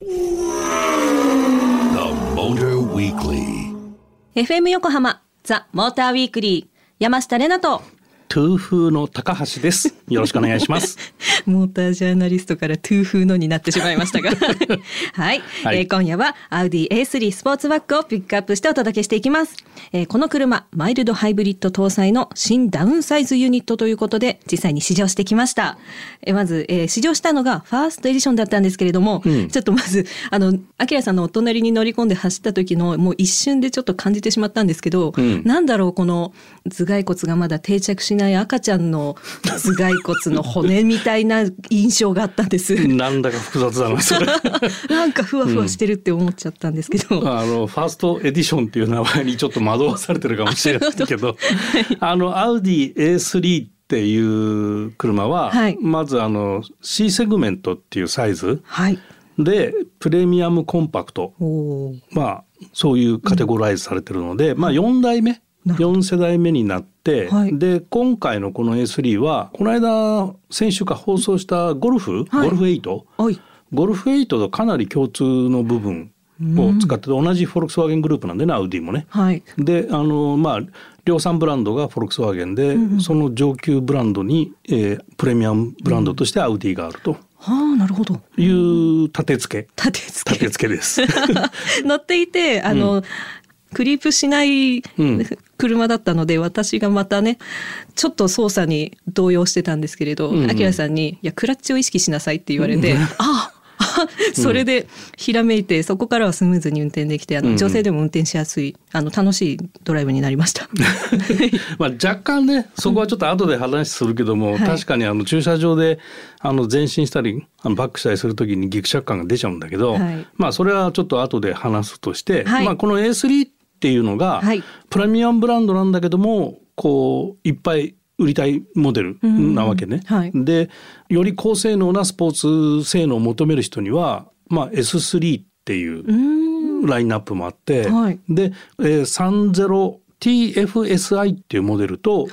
FM 横浜ザ・モーターウィークリー、山下玲奈とトゥーフーの高橋です。よろしくお願いしますモータージャーナリストからトゥーフーのになってしまいましたがはい、今夜はアウディ A3 スポーツバッグをピックアップしてお届けしていきます。この車マイルドハイブリッド搭載の新ダウンサイズユニットということで実際に試乗してきました。まず、試乗したのがファーストエディションだったんですけれども、ちょっとまずアキラさんのお隣に乗り込んで走った時のもう一瞬でちょっと感じてしまったんですけど、なんだろう、この頭蓋骨がまだ定着しない赤ちゃんの頭蓋骨の骨みたいな印象があったんですなんだか複雑だなそれなんかふわふわしてるって思っちゃったんですけど、 ファーストエディションっていう名前にちょっと惑わされてるかもしれないけどアウディ A3 っていう車は、まずC セグメントっていうサイズ、でプレミアムコンパクト、そういうカテゴライズされてるので、4代目4世代目になって、で今回のこの A3 はこの間先週か放送したゴルフ8、ゴルフ8とかなり共通の部分を使ってて、同じフォルクスワーゲングループなんでね、アウディもね、で量産ブランドがフォルクスワーゲンで、その上級ブランドに、プレミアムブランドとしてアウディがあると、 なるほどいう立て付けです乗っていてクリープしない車だったので、私がまたねちょっと操作に動揺してたんですけれど、アキラさんにいやクラッチを意識しなさいって言われて、それでひらめいて、そこからはスムーズに運転できて、女性でも運転しやすい楽しいドライブになりました若干ねそこはちょっと後で話するけども、確かに駐車場で前進したりバックしたりするときにギクシャク感が出ちゃうんだけど、それはちょっと後で話すとして、この A3 っていうのが、プレミアムブランドなんだけどもこういっぱい売りたいモデルなわけね、でより高性能なスポーツ性能を求める人には、S3 っていうラインナップもあって、で、30TFSI っていうモデルと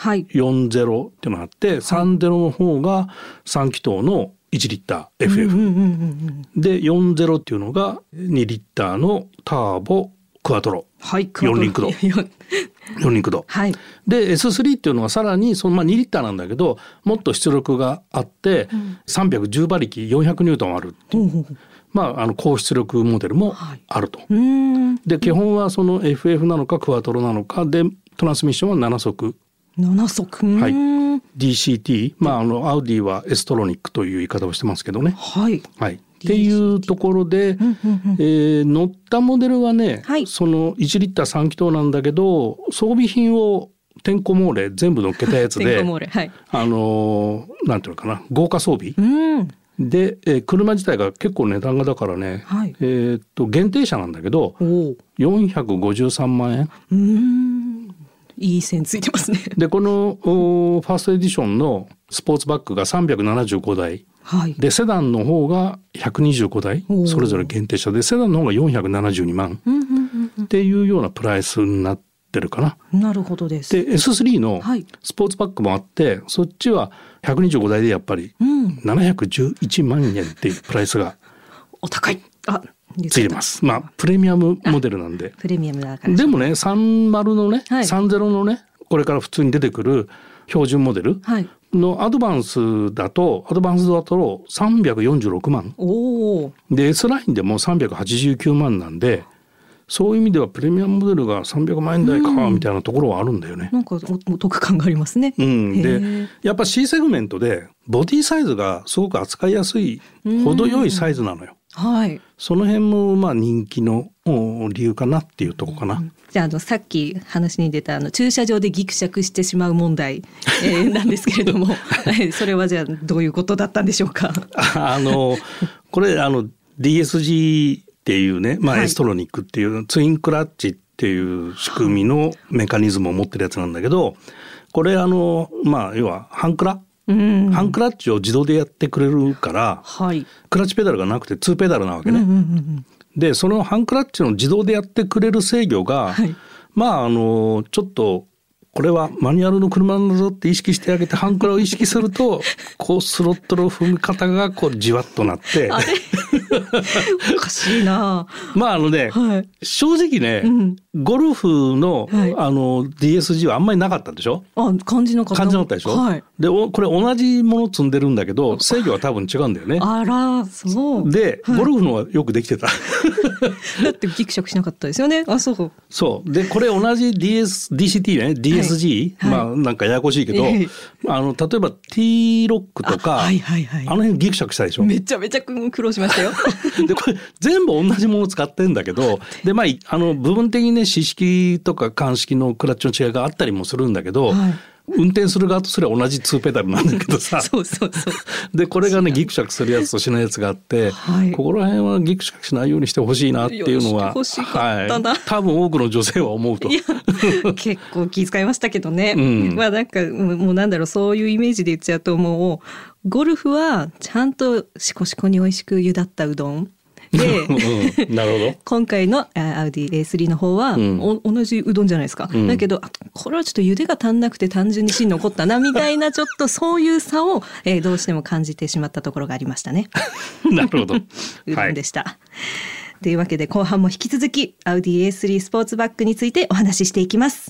40っていうのがあって、30の方が3気筒の1リッター FF、で40っていうのが2リッターのターボクワトロ、4リンク度4リンク度、で S3 っていうのはさらに2リッターなんだけどもっと出力があって、310馬力400ニュートンあるっていう、高出力モデルもあると、で基本はその FF なのかクワトロなのかで、トランスミッションは7速、DCT、アウディはエストロニックという言い方をしてますけどね、っていうところで、乗ったモデルはね、その1リッター3気筒なんだけど、装備品をてんこ盛れ全部乗っけたやつでなんていうのかな、豪華装備、で、車自体が結構値段がだからね、限定車なんだけど453万円、 いい線ついてますねでこのファーストエディションのスポーツバッグが375台、でセダンの方が125台それぞれ限定車で、セダンの方が472万っていうようなプライスになってるかな。 なるほどです。 で S3 のスポーツバッグもあって、そっちは125台でやっぱり711万円っていうプライスがお高いついてます。プレミアムモデルなんで。 プレミアムだから。 でもね30のね、30のね、これから普通に出てくる標準モデルのアドバンスだと346万で S ラインでも389万なんで、そういう意味ではプレミアムモデルが300万円台かみたいなところはあるんだよね。 なんかお得感がありますね。 でやっぱ C セグメントでボディサイズがすごく扱いやすい程よいサイズなのよ。その辺も人気の理由かなっていうところかな。 じゃあさっき話に出た駐車場でギクシャクしてしまう問題、なんですけれどもそれはじゃあどういうことだったんでしょうかこれDSG っていうね、エストロニックっていうツインクラッチっていう仕組みのメカニズムを持ってるやつなんだけど、これ要は半クラハンクラッチを自動でやってくれるから、クラッチペダルがなくて2ペダルなわけね。でそのハンクラッチの自動でやってくれる制御が、ちょっとこれはマニュアルの車なんだぞって意識してあげて、ハンクラを意識するとこうスロットル踏み方がこうじわっとなっておかしいな。 まあね、はい、正直ね、ゴルフの、はい、DSG はあんまりなかったでしょ。 感じなかったでしょ、はい、でこれ同じもの積んでるんだけど制御は多分違うんだよね。 あら、そうで、ゴルフのはよくできてただってギクシャクしなかったですよね。 そうで、これ同じ DCT ね、 DSG、はい、まあなんかややこしいけど、例えば T ロックとか、あの辺ギクシャクしたでしょ。 めちゃめちゃ苦労しましたよでこれ全部同じもの使ってんだけど、でまあ部分的にね、四式とか桿式のクラッチの違いがあったりもするんだけど、はい、運転する側とすれば同じ2ペダルなんだけどさそうでこれがねギクシャクするやつとしないやつがあって、はい、ここら辺はギクシャクしないようにしてほしいなっていうのは、多分多くの女性は思うと結構気遣いましたけどね、まあなんかもうなんだろう、そういうイメージで言っちゃうと、もうゴルフはちゃんとシコシコに美味しく茹だったうどんでなるほど。 今回のアウディ A3 の方は、同じうどんじゃないですか、だけどこれはちょっと茹でが足んなくて単純に芯残ったなみたいな、ちょっとそういう差を、どうしても感じてしまったところがありましたねなるほど。 うどんでした、はい、というわけで後半も引き続きアウディ A3 スポーツバッグについてお話ししていきます。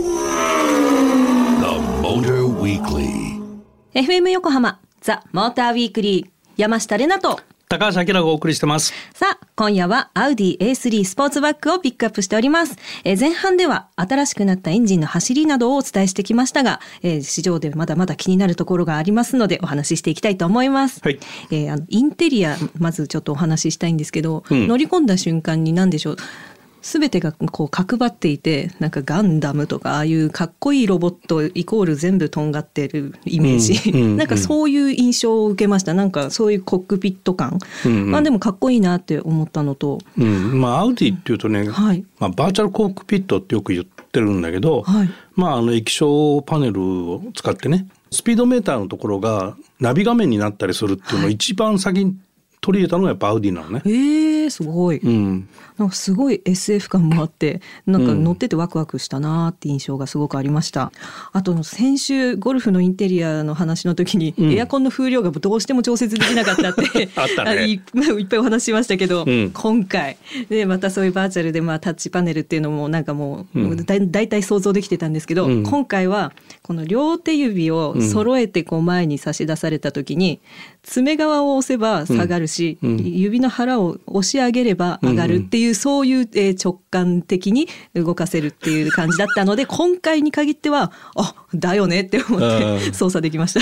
FM 横浜ザ・モーターウィークリー、山下れなと高橋明がお送りしてます。 さあ今夜はアウディ A3 スポーツバッグをピックアップしております。前半では新しくなったエンジンの走りなどをお伝えしてきましたが、市場でまだまだ気になるところがありますのでお話ししていきたいと思います、はい。インテリアまずちょっとお話ししたいんですけど、乗り込んだ瞬間に何でしょう、全てがこう角張っていて、なんかガンダムとかああいうかっこいいロボットイコール全部とんがってるイメージ、なんかそういう印象を受けました。なんかそういうコックピット感、まあでもかっこいいなって思ったのと、 まあアウディっていうとね、はいまあ、バーチャルコックピットってよく言ってるんだけど、はいまあ、液晶パネルを使ってね、スピードメーターのところがナビ画面になったりするっていうのを一番先に取り入れたのがやっぱアウディなのね。 すごい、なんかすごい SF 感もあって、なんか乗っててワクワクしたなって印象がすごくありました、あと先週ゴルフのインテリアの話の時に、エアコンの風量がどうしても調節できなかったってあったねいっぱいお話しましたけど、今回でまたそういうバーチャルでタッチパネルっていうのもなんかもう、だいたい想像できてたんですけど、今回はこの両手指を揃えてこう前に差し出された時に、爪側を押せば下がるし、指の腹を押し上げれば上がるっていう、そういう直感的に動かせるっていう感じだったので、今回に限ってはだよねって思って操作できました。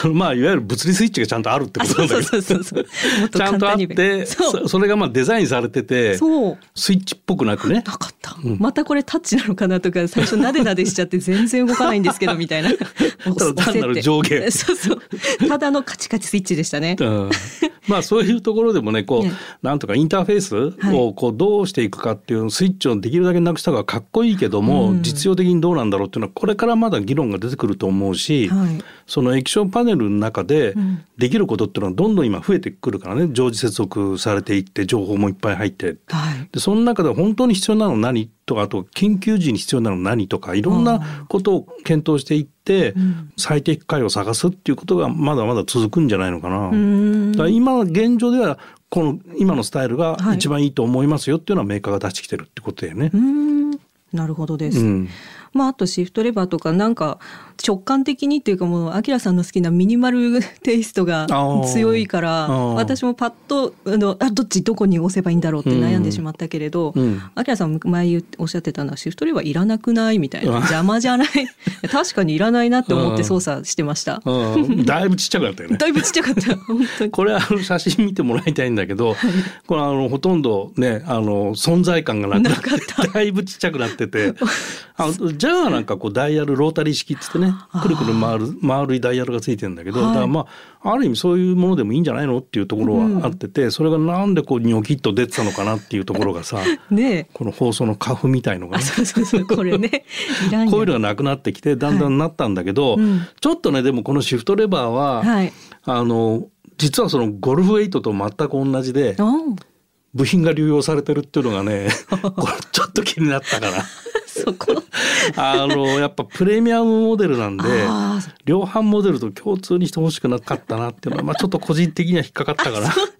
まあいわゆる物理スイッチがちゃんとあるってことなんだけど、ちゃんとあって、それがまあデザインされてて、スイッチっぽくなくね、 なかった、またこれタッチなのかなとか最初なでなでしちゃって全然動かないんですけどみたいな単なる上下ただのカチカチスイッチでしたね、 まあそういうところでもね、こうなんとかインターフェースをこうどうしていくかっていうスイッチをできるだけなくした方がかっこいいけども、実用的にどうなんだろうっていうのはこれからまだ議論が出てくると思うし、その液晶パネルの中でできることっていうのはどんどん今増えてくるからね、常時接続されていって情報もいっぱい入って、でその中で本当に必要なの何とか、あと緊急時に必要なの何とか、いろんなことを検討していって最適解を探すっていうことがまだまだ続くんじゃないのかな。だから今現状ではこの今のスタイルが一番いいと思いますよっていうのはメーカーが出してきてるってことだよね。 なるほどです、あとシフトレバーとかなんか直感的にっていうか、もうアキラさんの好きなミニマルテイストが強いから、私もパッとどこに押せばいいんだろうって悩んでしまったけれど、アキラさん前おっしゃってたのはシフトレバーいらなくないみたいな、邪魔じゃない確かにいらないなって思って操作してましただいぶちっちゃくなったよね。 だいぶちっちゃかった本当に。 これ写真見てもらいたいんだけど、これほとんどね存在感がなくなってだいぶちっちゃくなっててジャガーなんかこうダイヤルロータリー式っつってね、くるくる丸いダイヤルがついてるんだけど、だからまあある意味そういうものでもいいんじゃないのっていうところはあってて、それがなんでこうニョキッと出てたのかなっていうところがさこの放送の花粉みたいのがねこれねいらんやこういうのがなくなってきてだんだんなったんだけど、ちょっとねでもこのシフトレバーは、実はそのゴルフ8と全く同じで部品が流用されてるっていうのがねこれちょっと気になったかなそこやっぱプレミアムモデルなんで量販モデルと共通にしてほしくなかったなっていうのは、ちょっと個人的には引っかかったかな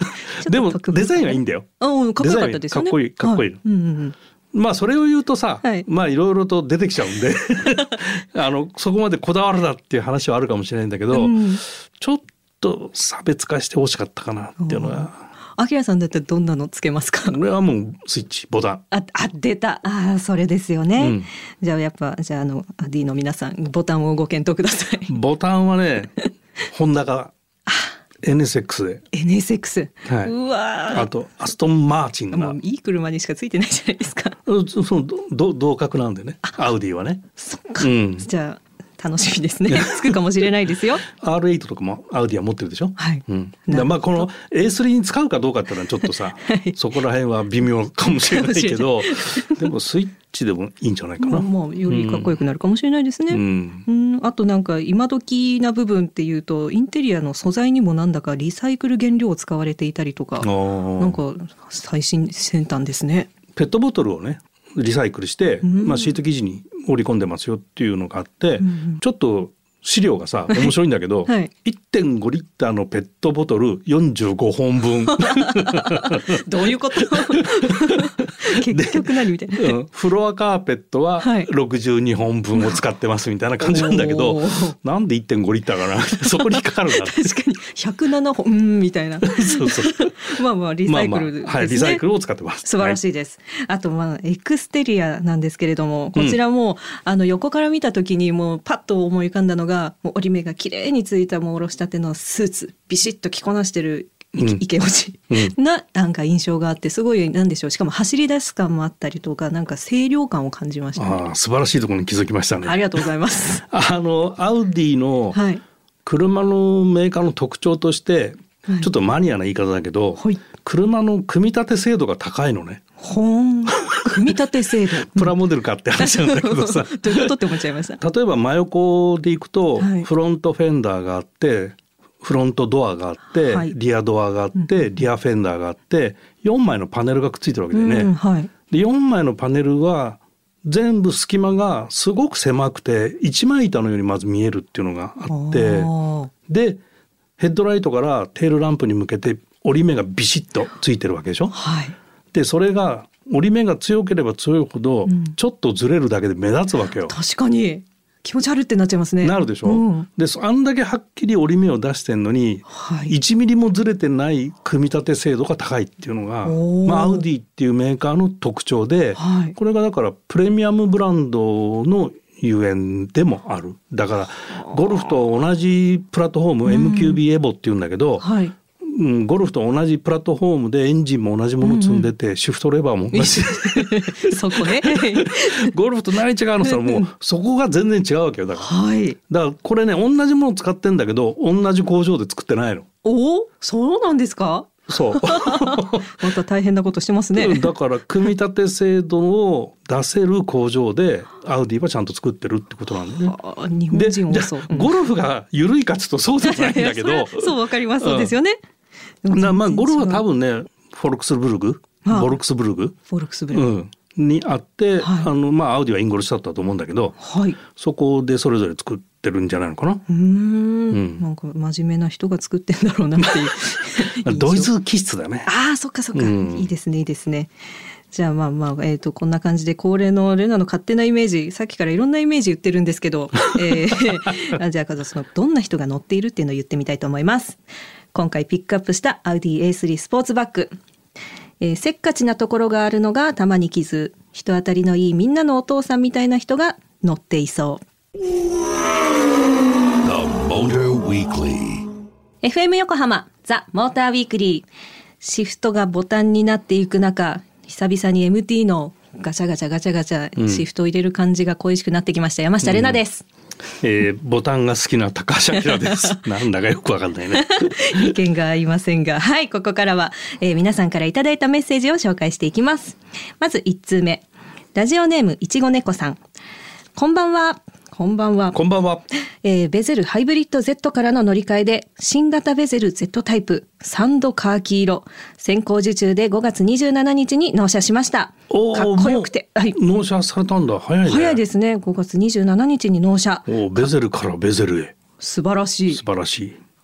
でもデザインはいいんだよ。 かっこよかったですよね。 かっこいいかっこいい、はい、まあそれを言うとさ、はい、まあいろいろと出てきちゃうんでそこまでこだわるなっていう話はあるかもしれないんだけど、ちょっと差別化してほしかったかなっていうのは。 あきらさんだったらどんなのつけますか？ これはもうスイッチボタン。 出た。それですよね、じゃあやっぱD の皆さんボタンをご検討ください。 ボタンはねホンダがNSX で NSX、はい、うわあとアストンマーチンがもういい車にしかついてないじゃないですか。 その同格なんでね、アウディはね。 そっか、じゃあ楽しみですね。つくかもしれないですよ。 R8 とかもアウディは持ってるでしょ。 はい。 まあこの A3 に使うかどうかっていうのはちょっとさ、はい、そこら辺は微妙かもしれないけど、でもスイッチでもいいんじゃないかな。 もうよりかっこよくなるかもしれないですね。あとなんか今時な部分っていうとインテリアの素材にもなんだかリサイクル原料を使われていたりとか、なんか最新先端ですね。 ペットボトルをねリサイクルして、シート生地に織り込んでますよっていうのがあって、ちょっと資料がさ面白いんだけど、はい、1.5 リッターのペットボトル45本分どういうこと結局何みたいな、 フロアカーペットは62本分を使ってますみたいな感じなんだけど、なんで 1.5 リッターかなそこにかかるな確かに107本みたいなそうまあリサイクルですね、 はい、リサイクルを使ってます。 素晴らしいです、はい、あとエクステリアなんですけれども、こちらも、横から見た時にもうパッと思い浮かんだのがもう折り目が綺麗についたもうおろしたてのスーツビシッと着こなしてるイケオジななんか印象があって、すごいなんでしょう、しかも走り出す感もあったりとか、なんか清涼感を感じましたね。 素晴らしいところに気づきましたね。 ありがとうございますアウディの車のメーカーの特徴として、はい、ちょっとマニアな言い方だけど、はい、車の組み立て精度が高いのね。 組み立て精度プラモデルかって話なんだけどさどういうことって思っちゃいました。 例えば真横でいくと、はい、フロントフェンダーがあってフロントドアがあって、はい、リアドアがあって、リアフェンダーがあって4枚のパネルがくっついてるわけでね、はい、で4枚のパネルは全部隙間がすごく狭くて一枚板のようにまず見えるっていうのがあって、でヘッドライトからテールランプに向けて折り目がビシッとついてるわけでしょ、はい、でそれが折り目が強ければ強いほど、ちょっとずれるだけで目立つわけよ。 確かに気持ち悪いってなっちゃいますね。 なるでしょ、であんだけはっきり折り目を出してんのに、はい、1ミリもずれてない組み立て精度が高いっていうのが、アウディっていうメーカーの特徴で、はい、これがだからプレミアムブランドのゆえんでもある。だからゴルフと同じプラットフォーム、MQB エボっていうんだけど、はい、ゴルフと同じプラットフォームでエンジンも同じもの積んでて、シフトレバーも同じそこねゴルフと何違うのさ、もうそこが全然違うわけよ。だから、はい、だからこれね同じもの使ってんだけど同じ工場で作ってないの。 そうなんですか。 そうまた大変なことしてますね。 だから組み立て精度を出せる工場でアウディはちゃんと作ってるってことなんでね。 日本人もそう。 ゴルフが緩いかちょっとそうじゃないんだけどそうわかります。そうですよね。 ゴルフは多分ねフォルクスブルグにあって、はい、アウディはインゴルシュタットだと思うんだけど、はい、そこでそれぞれ作ってるんじゃないのかな。 なんか真面目な人が作ってんだろうなっていうドイツ気質だね。 そっかそっか、いいですねいいですね。じゃあこんな感じで恒例のレナの勝手なイメージ、さっきからいろんなイメージ言ってるんですけど、じゃあそのどんな人が乗っているっていうのを言ってみたいと思います。今回ピックアップしたアウディ A3 スポーツバッグ、せっかちなところがあるのがたまに傷、人当たりのいいみんなのお父さんみたいな人が乗っていそう。 FM 横浜ザ・モーターウィークリー。シフトがボタンになっていく中、久々に MT のガチャガチャガチャガチャ、シフトを入れる感じが恋しくなってきました。山下玲奈です。 ボタンが好きな高橋明ですなんだかよくわかんないね意見が合いませんが、はい、ここからは、皆さんからいただいたメッセージを紹介していきます。まず1通目、ラジオネームいちご猫さん。こんばんは。こんばんは。 こんばんは。 ベゼルハイブリッド Z からの乗り換えで新型ベゼル Z タイプサンドカーキ色、先行受注で5月27日に納車しました。かっこよくて、はい、 納車されたんだ。早いね。 早いですね。5月27日に納車。 ベゼルからベゼルへ。 素晴らしい。 素晴らしい。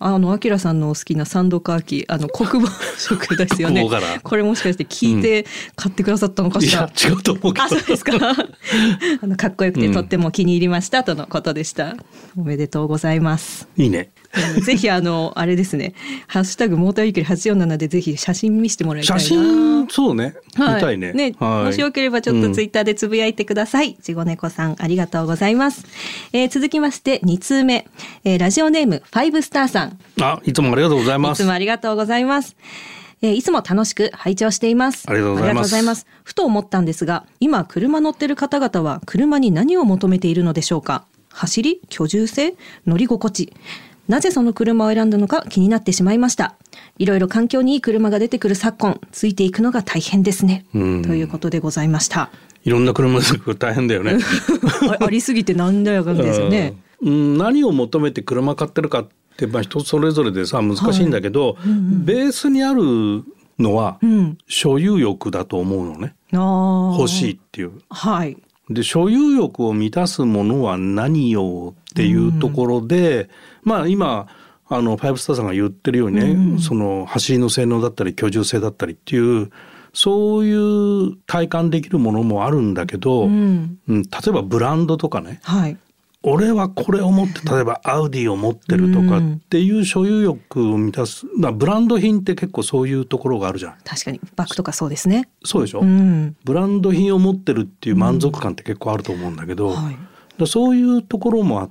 アキラさんの好きなサンドカーキ国防食ですよね。これもしかして聞いて買ってくださったのかしら。 いや違うと思うけど。 そうですか。かっこよくてとっても気に入りましたとのことでした。おめでとうございます。 いいね。 ぜひあれですね、ハッシュタグモーターウィークリー847でぜひ写真見せてもらいたいな。 写真そうね、見たいね。 もしよければちょっとツイッターでつぶやいてください。いちご猫さんありがとうございます。続きまして2通目、ラジオネーム5スターさん。 いつもありがとうございます。 いつもありがとうございます。いつも楽しく拝聴しています。 ありがとうございます。 ふと思ったんですが、今車乗ってる方々は車に何を求めているのでしょうか。走り、居住性、乗り心地。なぜその車を選んだのか気になってしまいました。いろいろ環境にいい車が出てくる昨今、ついていくのが大変ですね。ということでございました。 いろんな車出てくる大変だよね。 ありすぎてなんだよかんですよね。 何を求めて車買ってるかって、人それぞれでさ難しいんだけど、ベースにあるのは所有欲だと思うのね。欲しいっていう。 はい。 で所有欲を満たすものは何よっていうところで、今ファイブスターさんが言ってるようにね、その走りの性能だったり居住性だったりっていうそういう体感できるものもあるんだけど、例えばブランドとかね、俺はこれを持って例えばアウディを持ってるとかっていう所有欲を満たす、ブランド品って結構そういうところがあるじゃん。 確かにバッグとかそうですね。 そうでしょ、ブランド品を持ってるっていう満足感って結構あると思うんだけど、そういうところもあって、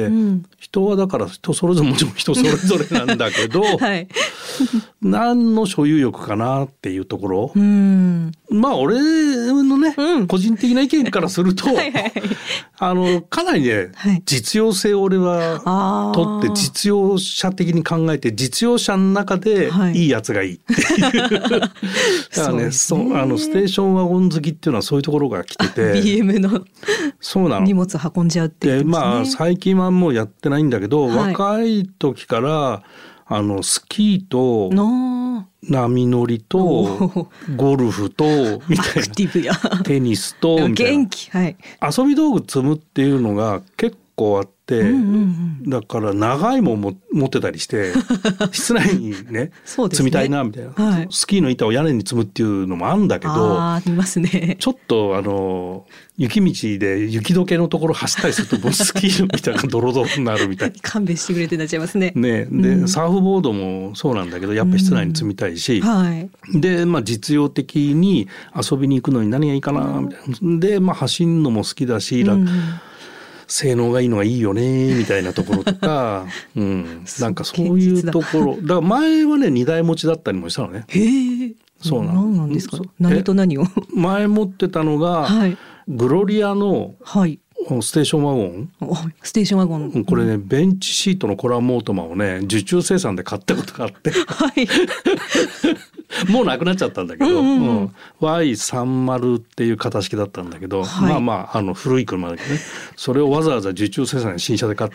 人はだから人それぞれもちろん人それぞれなんだけど、何の所有欲かなっていうところ、俺のね、個人的な意見からするとかなりね、実用性を俺は取って実用者的に考えて実用者の中でいいやつがいいっていうだからね、ステーションワゴン好きっていうのはそういうところが来てて BM のそうなの荷物運んじゃうっていうですね。 最近はもうやってないんだけど、若い時からスキーと波乗りとゴルフとみたいなテニスとみたいな遊び道具積むっていうのが結構あって、だから長いもん持ってたりして室内にね積みたいなみたいな、スキーの板を屋根に積むっていうのもあるんだけど、 ありますね。 ちょっと雪道で雪解けのところ走ったりするとスキーの板がドロドロになるみたいな勘弁してくれってなっちゃいますね。 でサーフボードもそうなんだけどやっぱ室内に積みたいし、で実用的に遊びに行くのに何がいいかなみたいなで、走るのも好きだし、性能がいいのがいいよねみたいなところとか、なんかそういうところだから前はね2台持ちだったりもしたのね。そうなの。 何なんですか。何と何を前持ってたのが、グロリアのステーションワゴン、 ステーションワゴン、 これねベンチシートのコラムオートマをね受注生産で買ったことがあってもうなくなっちゃったんだけど、Y30 っていう型式だったんだけど、古い車だけどね、それをわざわざ受注生産で新車で買って、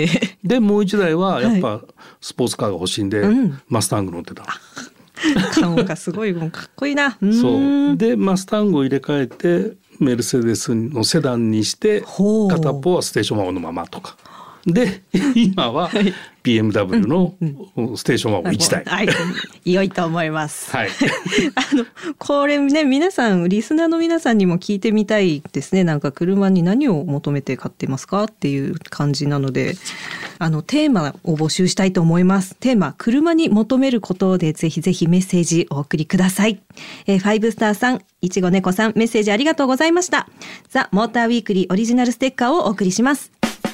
でもう一台はやっぱスポーツカーが欲しいんで、マスタング乗ってた。 顔がすごいかっこいいな。 そうでマスタングを入れ替えてメルセデスのセダンにして片方はステーションワゴンのままとかで今は BMW のステーションワゴン1台、 良いと思います。これね皆さんリスナーの皆さんにも聞いてみたいですね。なんか車に何を求めて買ってますかっていう感じなのでテーマを募集したいと思います。テーマ車に求めることでぜひぜひメッセージお送りください。5スターさん、いちご猫さん、メッセージありがとうございました。ザ・モーターウィークリーオリジナルステッカーをお送りします。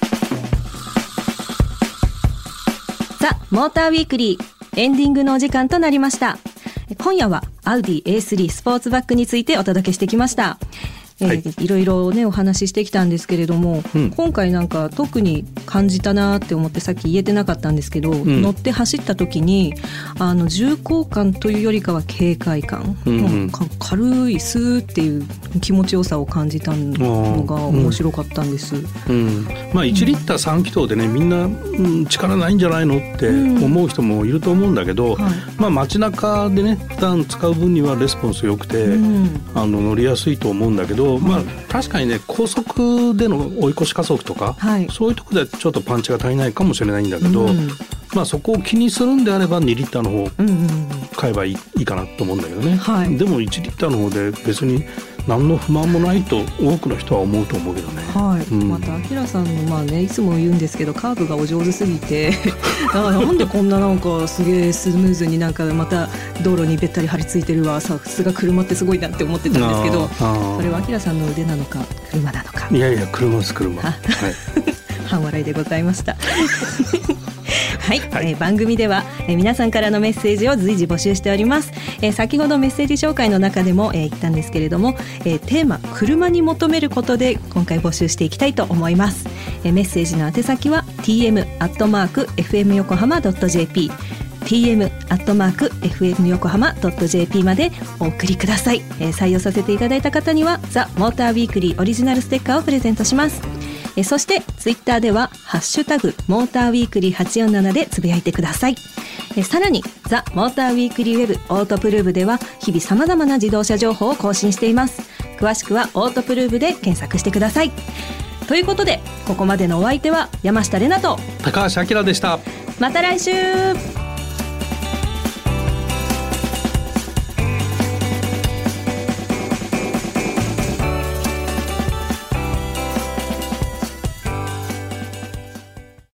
ザ・モーターウィークリーエンディングのお時間となりました。今夜はアウディ A3 スポーツバッグについてお届けしてきました。いろいろねお話ししてきたんですけれども、今回なんか特に感じたなって思ってさっき言えてなかったんですけど、乗って走った時に重厚感というよりかは軽快感、軽いスーっていう気持ちよさを感じたのが面白かったんです。 1リッター3気筒でねみんな、力ないんじゃないのって思う人もいると思うんだけど、街中でね普段使う分にはレスポンス良くて、乗りやすいと思うんだけど、確かにね高速での追い越し加速とか、そういうところでちょっとパンチが足りないかもしれないんだけど、 そこを気にするんであれば2リッターの方買えばいいかなと思うんだけどね、はい、でも1リッターの方で別に何の不満もないと多くの人は思うと思うけどね、 はい、また明さんのいつも言うんですけどカーブがお上手すぎてなんでこんなすげえスムーズにまた道路にべったり張り付いてるわ、さすが車ってすごいなって思ってたんですけど、それは明さんの腕なのか車なのか。 いやいや車です車、はい、 半笑いでございましたはい、はい、番組では皆さんからのメッセージを随時募集しております。先ほどメッセージ紹介の中でも言ったんですけれども、テーマ車に求めることで今回募集していきたいと思います。メッセージの宛先は tm@fmyokohama.jp tm@fmyokohama.jp までお送りください。採用させていただいた方にはザ・モーターウィークリーオリジナルステッカーをプレゼントします。そしてツイッターではハッシュタグモーターウィークリー847でつぶやいてください。さらにザ・モーターウィークリーウェブオートプルーブでは日々様々な自動車情報を更新しています。詳しくはオートプルーブで検索してください。ということでここまでのお相手は山下れなと高橋明でした。 また来週。